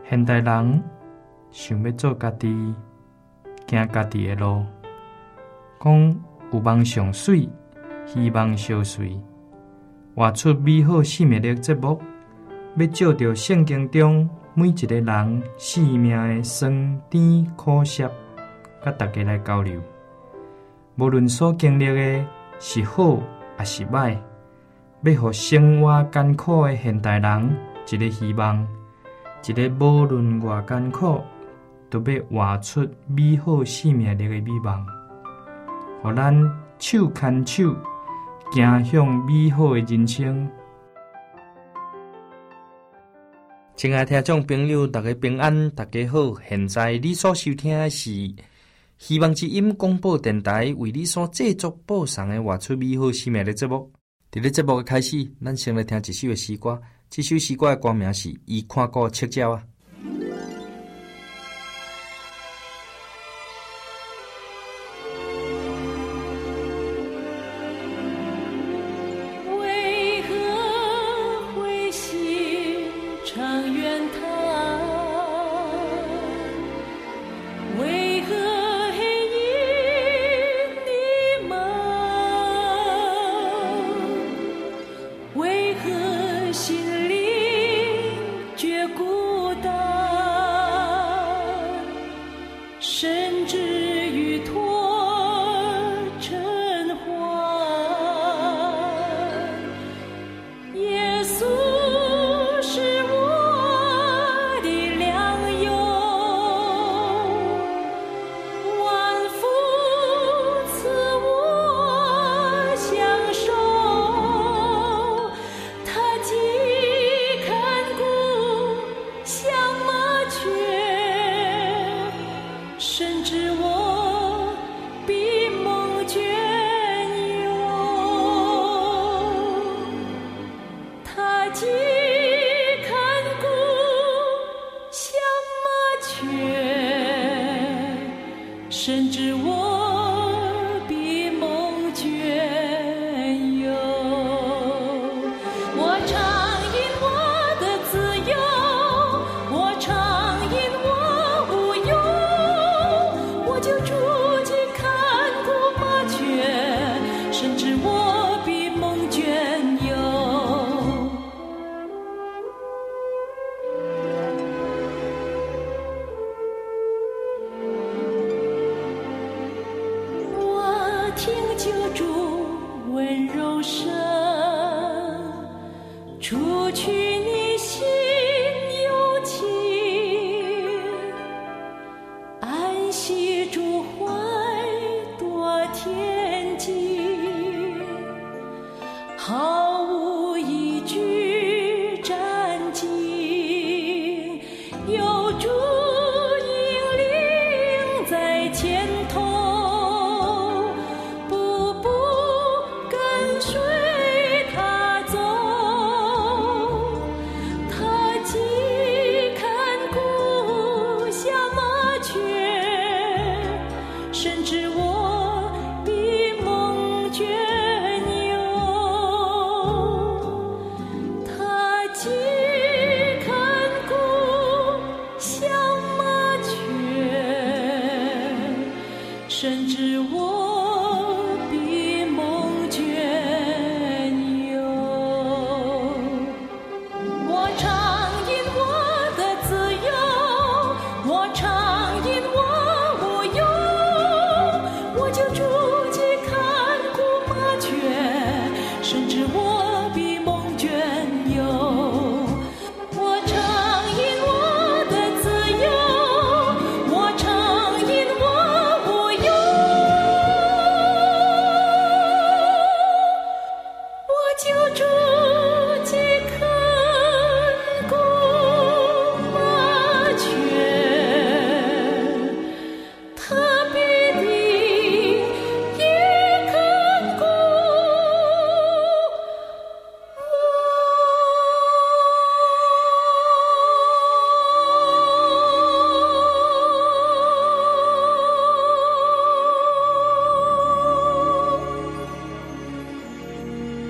现代人想要做家己，行家己的路，讲有梦上水，希望相随，活出美好生命力节目，要照着圣经中每一个人生命的酸甜苦涩，甲大家来交流。无论所经历的是好还是歹，要互生活艰苦的现代人一个希望，一个无论偌艰苦，都要活出美好生命力的美梦，互咱手牵手，行向美好的人生。亲爱听众朋友，大家平安，大家好。现在你所收听的是希望之音广播电台为你所制作播送的活出美好生命的节目。在咧节目的开始，咱先来听一首的诗歌。这首诗歌的歌名是《伊看过赤鸟》啊。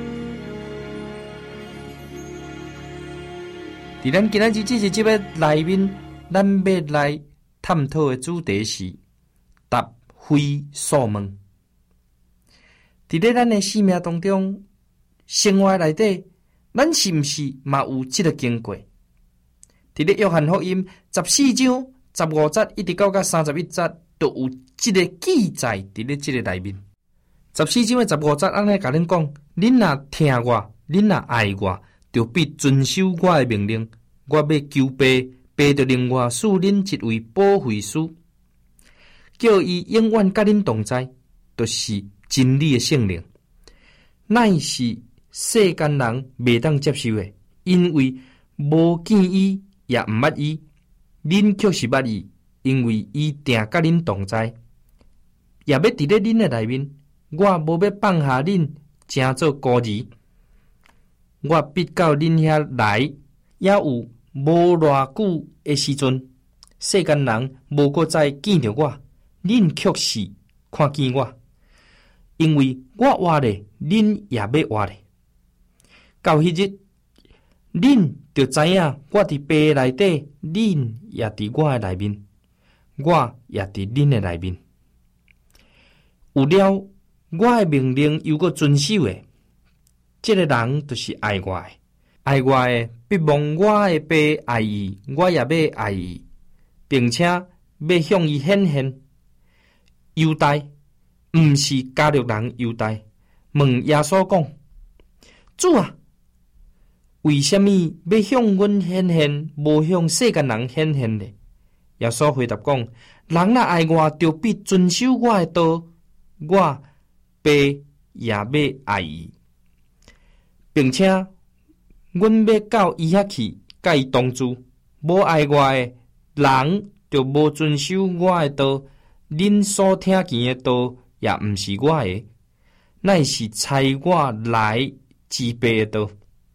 在咱今仔日这一集的内面， 咱要来探讨的主题是答非所问。伫咧咱的生命当中，生活内底，咱是毋是嘛有即个经过？伫咧约翰福音14章15节一直到31节，都有即个记载伫咧即个内面。14章的15节，安尼甲恁讲：恁若听我，恁若爱我，就必遵守我的命令。我要求爸，爸就另外赐恁一位保惠师，叫伊永远甲恁同在，就是真理的圣灵，乃是世间人袂当接受的，因为无见伊也毋捌伊，恁却是捌伊，因为伊定甲恁同在，也要伫咧恁的内面。我无要放下恁，成做孤儿，我必到恁遐来，也有无偌久的时阵，世间人无搁再见着我，恁却是看见我，因为我活咧，恁也要活咧。到迄日，恁就知影我伫爸内底，恁也伫我的内面，我也伫恁的内面。有了我的命令又搁遵守的，这个人就是爱我的。爱我的必望我的爸爱伊，我也要爱伊，并且要向伊显现。犹大毋是加略人犹大，问耶稣讲：主啊，为什么要向阮显现，无向世间人显现呢？耶稣回答讲：人若爱我，就必遵守我的道，我爸也要爱伊，并且阮要到伊遐去，甲伊同住。无爱我的人，就无遵守我的道。恁所听见的道，也毋是我的，乃是差我来之爸的道。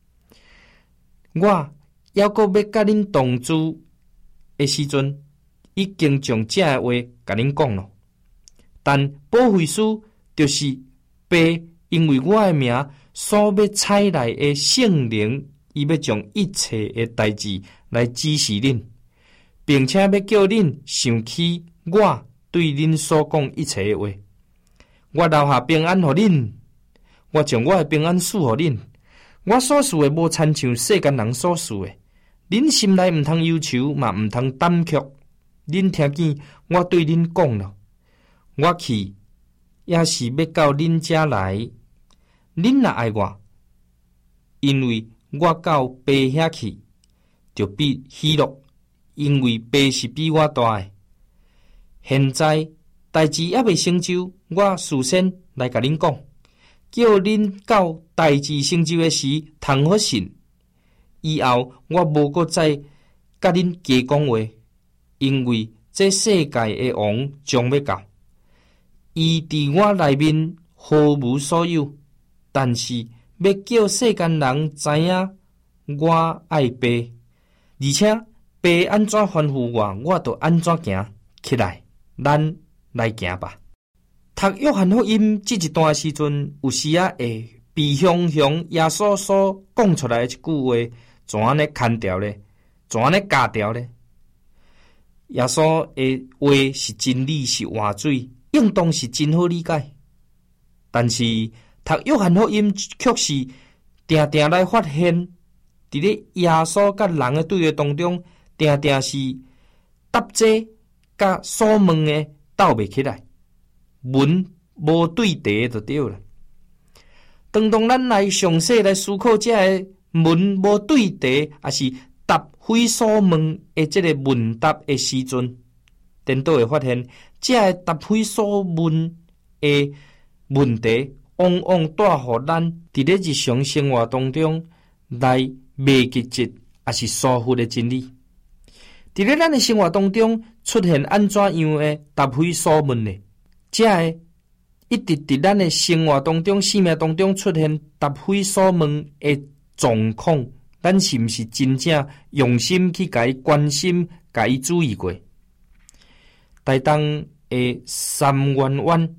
我要搁要甲恁同住的时阵，已经将这话甲恁讲了。但保惠师就是爸，因为我的名所要采来的圣灵，伊要将一切的代志来指示恁，并且要叫恁想起我对恁所讲一切的话。我留下平安互恁，我将我的平安赐互恁。我所赐的无亲像世间人所赐的，恁心内毋通忧愁，嘛毋通胆怯。恁听见我对恁讲了，我去也是要到恁遮来。恁若爱我，因为我到爸遐去，就必喜乐，因为爸是比我大的。现在代志还未成就，我事先来甲恁讲，叫恁到代志成就的时，通好信。以后我无搁再甲恁加讲话，因为这世界的王将要到，伊伫我内面毫无所有，但是要叫世间人知影我爱爸，而且爸安怎吩咐我，我就安怎行。起来，咱来行吧。读约翰福音这一段时阵，有时啊会被雄耶稣所讲出来的一句话，怎样呢牵掉呢？怎样呢加掉呢？耶稣的话是真理，是活水，应当是真好理解。但是读约翰福音却是定定来发现，伫咧耶稣甲人的对话当中，定定是答这甲所问的斗袂起来，文无对题就对了。当咱来详细来思考这个文无对题，也是答非所问的这个问答的时阵，颠倒会发现，这个答非所问的问题，往往带互咱伫咧日常生活当中来未记住，也是疏忽的真理。伫咧咱的生活当中出现安怎样的答非所问呢？这个一直伫咱的生活当中、生命当中出现答非所问的状况，咱是毋是真正用心去甲伊关心、甲伊注意过？台东的三湾湾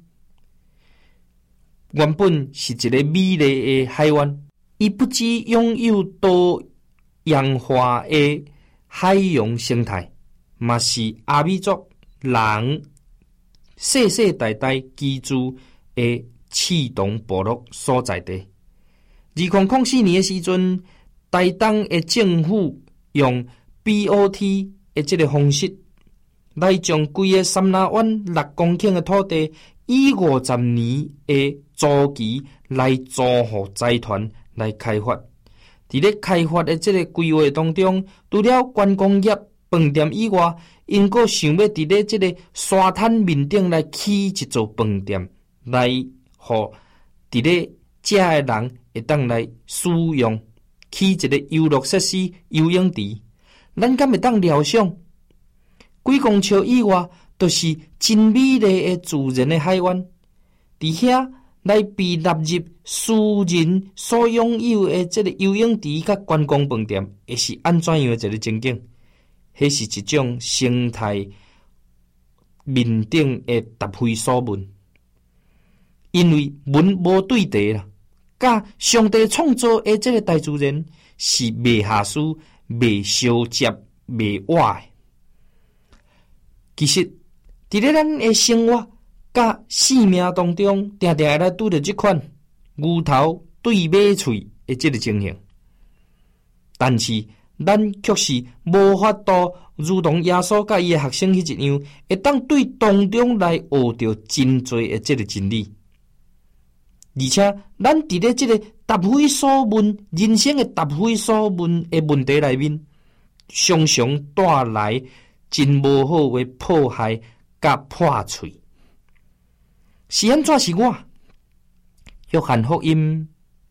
原本是一个美丽的海湾，伊不只拥有多样化的海洋生态， 嘛是阿美族人世世代代居住的刺桐部落所在地。2004年的时阵，台东的政府用 BOT 的这个方式，来将规个三林湾6公顷的土地，以50年的租期来租予财团来开发。伫咧开发的这个规划当中，除了观光业、饭店以外，因阁想要伫咧这个沙滩面顶来起一座饭店，来互伫咧遮的人会当来使用，起一个游乐设施、游泳池。咱敢会当料想，几公尺以外都是真美丽的自然的海湾，伫遐来被纳入私人所拥有的这个游泳池甲观光饭店，会是安怎样的一个情景？迄是一种生态面顶的答非所问，因为文无对题啦，甲上帝创造的这个大自然是袂下输、袂相接、袂歪的。其实，伫咧咱的生活甲生命当中，常常会来拄着这款牛头对马嘴的这个情形，但是咱却是无法度如同耶稣甲伊的学生迄一样，会当对当中来学着真侪的这个真理。而且，咱伫咧这个答非所问、人生的答非所问的问题内面，常常带来真无好的迫害甲破碎。是安怎是我？约翰福音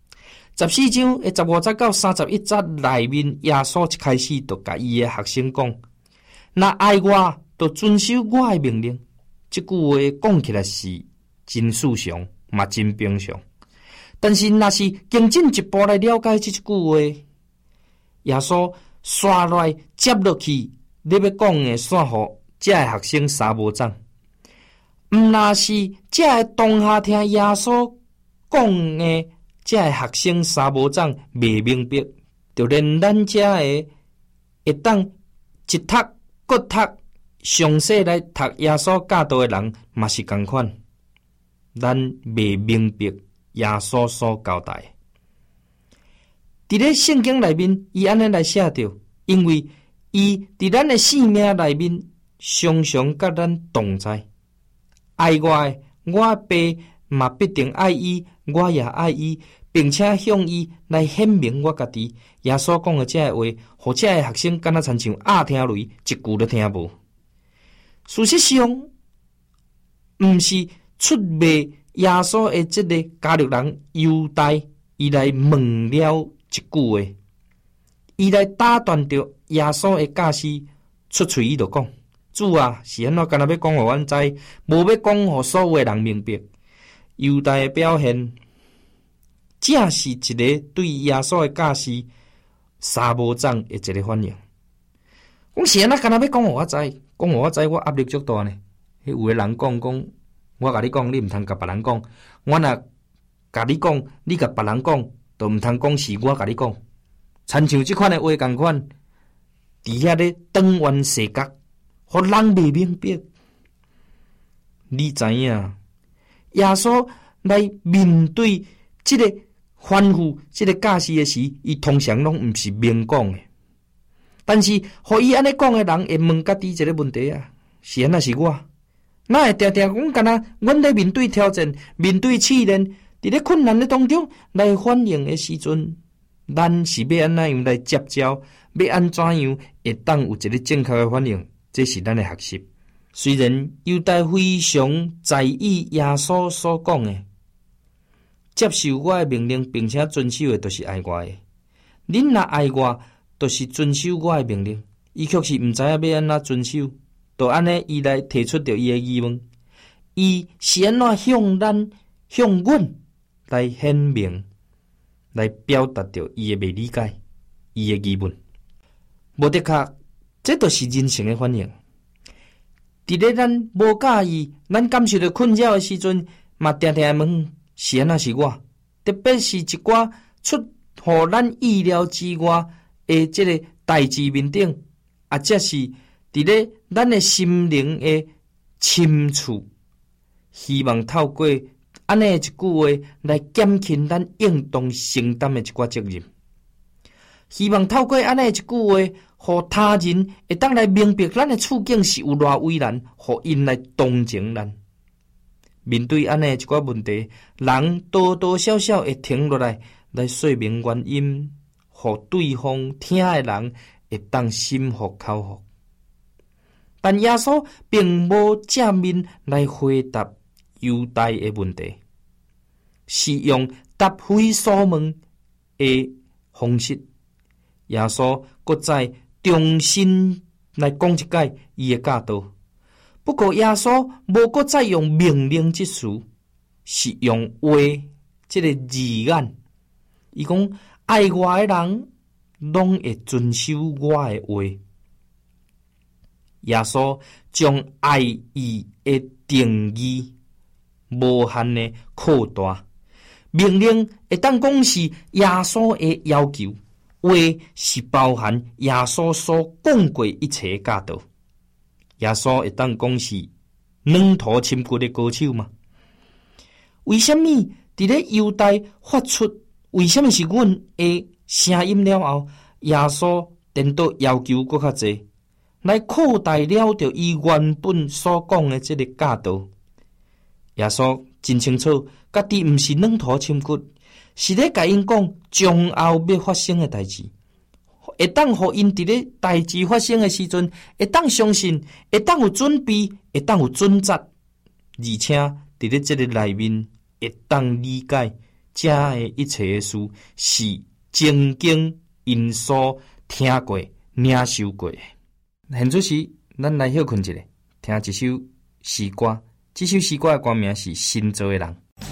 14章的15节到31节内面，耶稣一开始就甲伊的学生讲：若爱我，就遵守我的命令。这句话讲起来是真事常，嘛真平常。但是若是更进一步来了解这句话，耶稣刷来接落去，你要讲的线互这的学生三无章。毋那是这个当下听耶稣讲的这个学生三无章未明白，就连咱这个会当一读搁读详细来读耶稣教导的人，嘛是同款。咱未明白耶稣所交代的，伫咧圣经内面，伊安尼来写着，因为伊伫咱的生命内面，常常甲咱同在。爱我的，我爸嘛必定爱伊，我也爱伊，并且向伊来显明我家己。耶稣讲的这个话，互这个学生敢若亲像鸭听雷，一句都听无。事实上，毋是出卖耶稣的这个加略人犹大，伊来问了一句话，伊来打断着耶稣的教师，出嘴伊就讲。主啊，是安怎？敢若要讲互阮知，无要讲互所有的人明白。犹大的表现，正是一个对耶稣的教师三无章的一个反应。讲是安怎？敢若要讲互我知，讲互我知，我压力足大呢。有的人讲，我甲你讲，你毋通甲别人讲。我若甲你讲，你甲别人讲，就毋通讲是我甲你讲。亲像即款的话共款，伫遐咧当冤世角。互人未明白，你知影？耶稣来面对这个吩咐、这个教示的时，伊通常拢毋是明讲的。但是，互伊安尼讲的人会问家己一个问题啊：是安那是我？那会常常讲，敢若阮咧面对挑战、面对试炼，伫咧困难的当中来反应的时阵，咱是要安怎样来接招？要安怎样会当有一个正确的反应？这是咱的学习。虽然犹大非常在意耶稣所讲的，接受我的命令，并且遵守的，就是爱我的。恁若爱我，就是遵守我的命令。伊却是毋知影要安怎遵守，就安尼伊来提出着伊的疑问。伊是安怎向阮来显明，来表达着伊的未理解，伊的疑问。无的确。这就是人性的反应。伫咧咱无介意、咱感受到困扰的时阵，嘛常常问：是安那是我？特别是一寡出乎咱意料之外的这个代志面顶，啊，这是伫伫咧咱的心灵的深处，希望透过安尼一句话来减轻咱应当承担的一寡责任。希望透过安尼一句话，互他人会当来明白咱的处境是有偌为难，互因来同情咱。面对安尼一寡问题，人多多少少会停落来说明原因，互对方听的人会当心服口服。但耶稣并无正面来回答犹大的问题，是用答非所问的方式。耶稣搁再重新来讲一解伊的教导。不过耶稣无搁再用命令之词，是用话这个字眼。伊讲爱我的人，拢会遵守我的话。耶稣将爱意的定义无限的扩大，命令会当讲是耶稣的要求，话是包含耶稣所讲过一切教导。耶稣会当讲是软土深骨的高手吗？为什么伫咧犹大发出为什么是阮的声音了后，耶稣颠倒要求搁较济，来扩大了着伊原本所讲的这个教导？耶稣真清楚，家己毋是软土深骨，是咧甲因讲将后要发生的代志。会当互因伫咧代志发生的时阵，会当相信，会当有准备，会当有准则，而且伫咧这个内面会当理解这的一切的事是曾经因所听过、领受过的。现在时，咱来休困一下，听一首诗歌。这首诗歌的歌名是《新造的人》。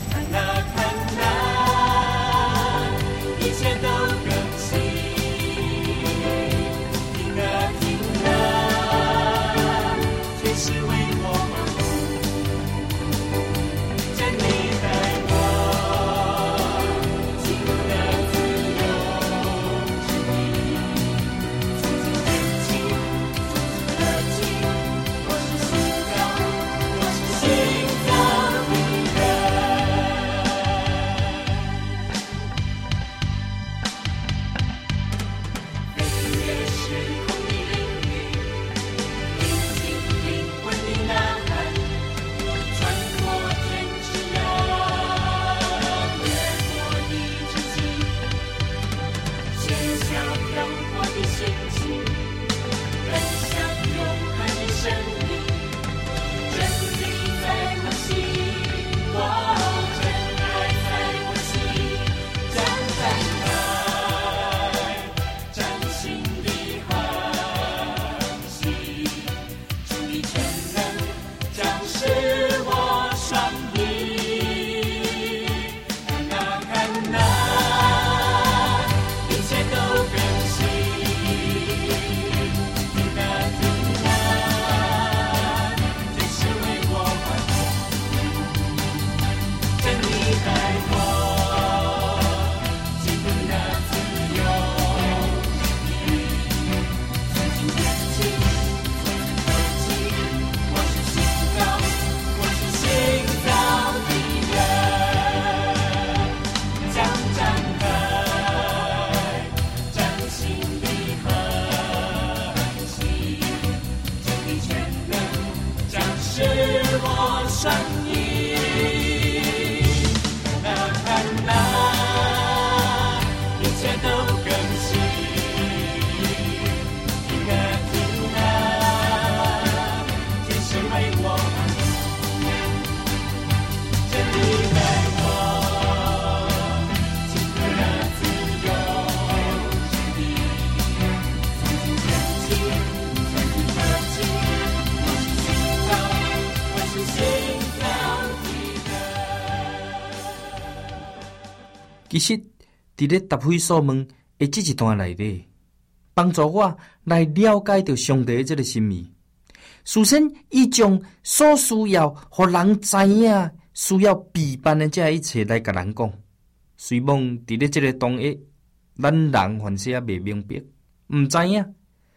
其实，伫咧答非所问的这一段内底，帮助我来了解到上帝的这个心意。首先，伊将所需要互人知影、需要备办的这一切来甲人讲。虽望伫咧这个当下，咱人凡是也未明白，毋知影。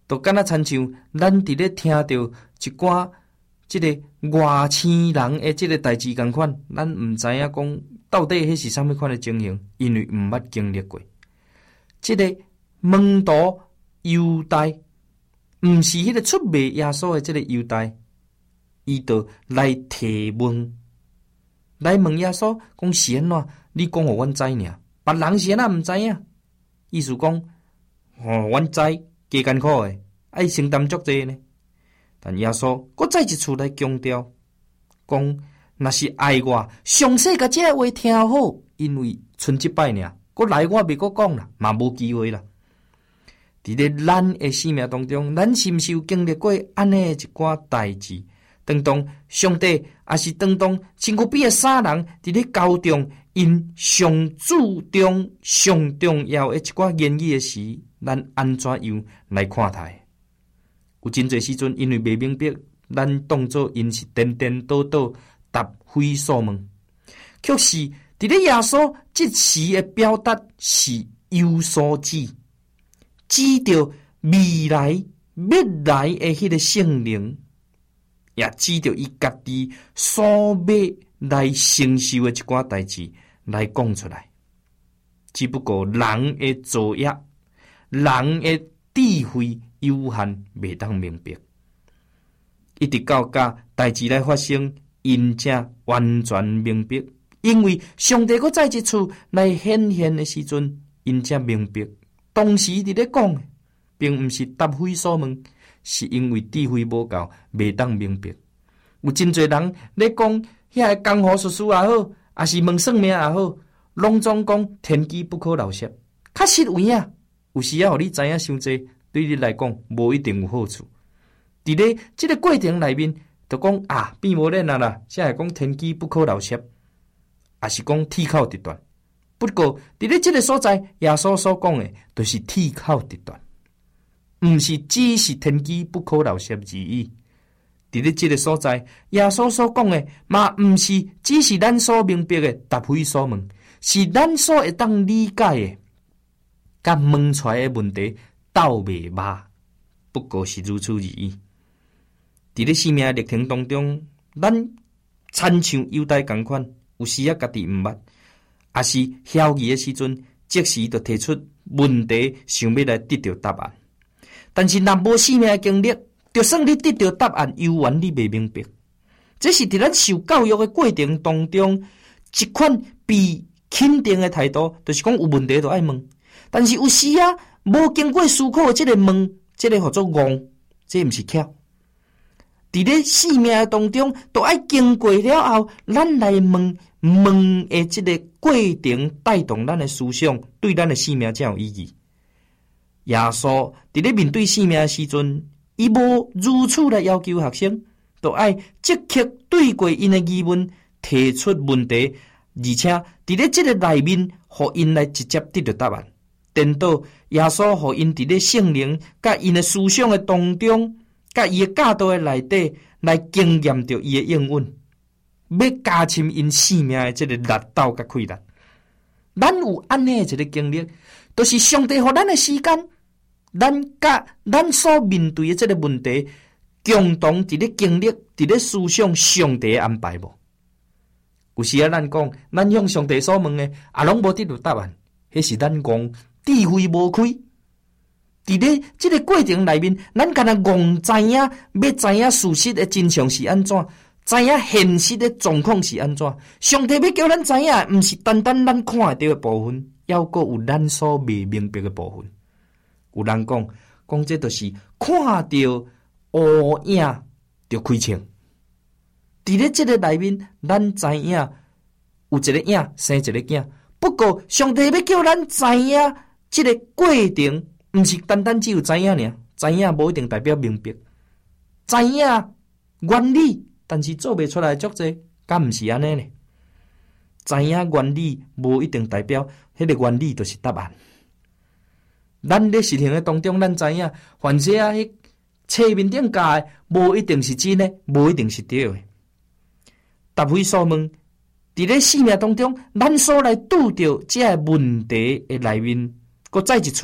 就敢若亲像咱伫咧听到一寡即个外星人的即个代志共款，咱毋知影讲到底迄是啥物款的情形，因为毋捌经历过。即个门徒犹大，毋是迄个出卖耶稣的即个犹大，伊就来提问，来问耶稣讲是安怎？你讲互阮知尔，别人是安怎毋知影？意思讲，阮知加艰苦的，爱承担足济呢。但耶稣搁再一次来强调，讲若是爱我，详细甲这话听好，因为剩一摆尔，搁来我袂搁讲啦，嘛无机会啦。伫咧咱的生命当中，咱是毋是有经历过安尼一寡代志？当中上帝也是当中身躯边的三人伫咧交中，因上注重、上重要的一寡言语的时，咱安怎样来看待？有真侪时阵，因为未明白，咱当作因是颠颠倒倒、答非所问，却是伫咧耶稣即时的表达是有所指，指着未来要来的迄个圣灵，也指着伊家己所要来承受的一寡代志来讲出来。只不过人的作业，人的智慧有限，未当明白，一直到代志来发生，因才完全明白。因为上帝搁再一次来显现的时阵，因才明白，当时伫咧讲的，并毋是答非所问，是因为智慧无够，未当明白。有真侪人咧讲遐个江湖术士也好，也是问算命也好，拢总讲天机不可漏泄。确实有影，有时啊，互你知影伤济，对你来讲无一定有好处。伫咧即个过程内面，就讲啊，变无咧啦，才会讲天机不可漏泄，也是讲铁口直断。不过伫咧即个所在，耶稣所讲的，就是铁口直断，毋是只是天机不可漏泄而已。伫咧即个所在，耶稣所讲的，嘛毋是只是咱所明白的答非所问，是咱所会当理解的，甲问出来的问题斗袂歹，不过是如此而已。伫咧生命的历程当中，咱亲像犹大共款，有时啊家己毋捌，也是晓疑的时阵，即时就提出问题，想要来得到答案。但是若无生命的经历，就算你得到答案，犹原你未明白。这是伫咱受教育的过程当中，一款被肯定的态度，就是讲有问题就爱问。但是有时啊，无经过思考的这个问，这个叫做戆，这毋是巧。伫咧生命的当中，都爱经过了后，咱来问的这个过程，带动咱的思想，对咱的生命才有意义。耶稣伫咧面对生命的时阵，伊无如此来要求学生，都爱积极对过因的疑问，提出问题，而且伫咧这个内面，互因来直接得到答案。颠倒耶稣互因伫咧圣灵甲因的思想的当中，甲伊的教导的内底来经验着伊的应允，要加深因生命的这个力道甲气力。咱有安尼的一个经历，都是上帝互咱的时间，咱甲咱所面对的这个问题，共同伫咧经历，伫咧思想上帝的安排无？有时啊，咱讲咱向上帝所问的，啊，拢无得到答案，迄是咱讲智慧无开。伫咧这个过程内面，咱敢若戆知影，要知影事实的真相是安怎，知影现实的状况是安怎。上帝要叫咱知影，毋是单单咱看得到的部分，还阁有咱所未明白的部分。有人讲这就是看到乌影就开枪。伫咧这个内面，咱知影有一个影生一个囝，不过上帝要叫咱知影这个过程。毋是单单只有知影尔，知影无一定代表明白，知影原理，但是做袂出来足济，敢毋是安尼呢？知影原理无一定代表迄个原理就是答案。咱咧实行的当中，咱知影，凡是啊，迄册面顶教的，无一定是真的，无一定是对的。答非所问，伫咧生命当中，咱所来拄着这问题的内面，搁再一次。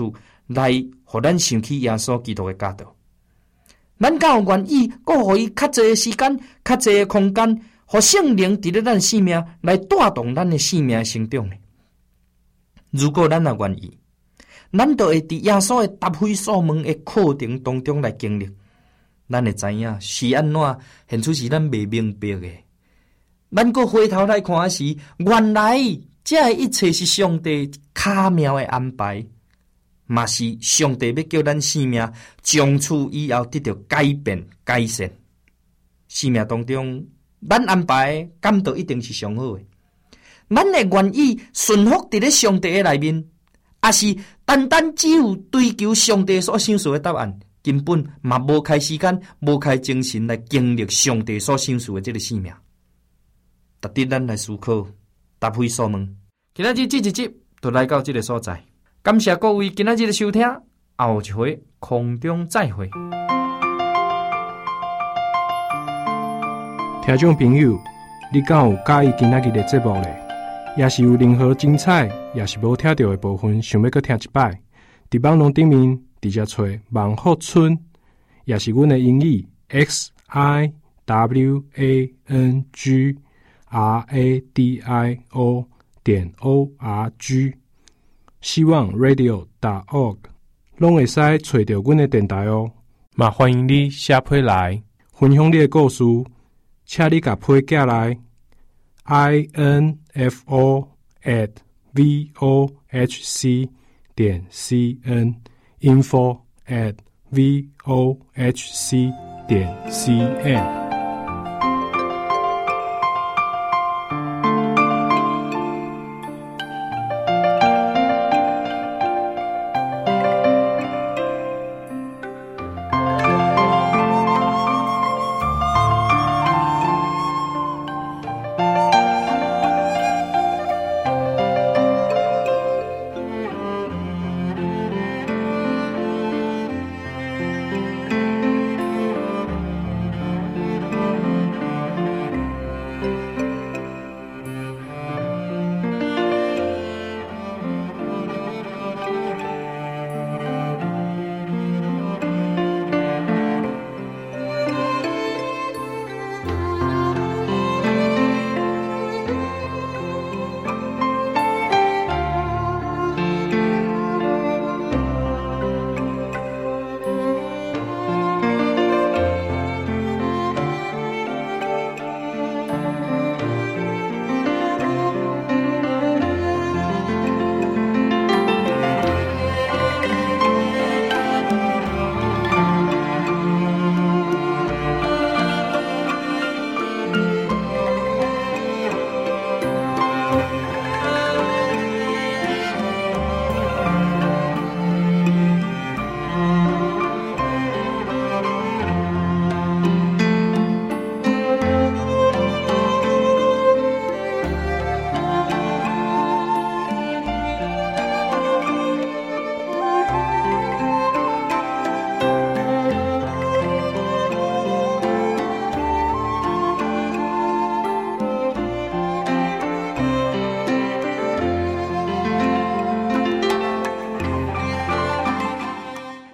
来互咱想起耶稣基督的教导。咱敢有愿意，搁互伊较侪的时间、较侪的空间，互圣灵伫咧咱生命来带动咱的生命成长呢？如果咱也愿意，咱就会伫耶稣的答非所问的课程当中来经历。咱会知影是安怎，现出是咱未明白的。咱搁回头来看时，原来这一切是上帝巧妙的安排。嘛是上帝要叫咱生命从此以后得到改变改善。生命当中，咱安排敢都一定是上好的。咱会愿意顺服伫咧上帝的内面，还是单单只有追求上帝所想述的答案，根本嘛无开时间、无开精神来经历上帝所想述的这个生命。值得咱来思考，答非所问。今仔日这一集就来到这个所在。感谢各位今仔日的收听，后一回空中再会。 听众朋友，你敢有介意今仔日的节目呢？也是有任何精彩，也是无听到的部分，想要搁听一摆？伫网络顶面直接找万福村，也是阮的英语 XIWANGRADIO.org， 希望 radio.org 拢会使找到阮的电台哦。嘛欢迎你写批来分享你的故事，请你甲批寄来 info@vohc.cn info@vohc.cn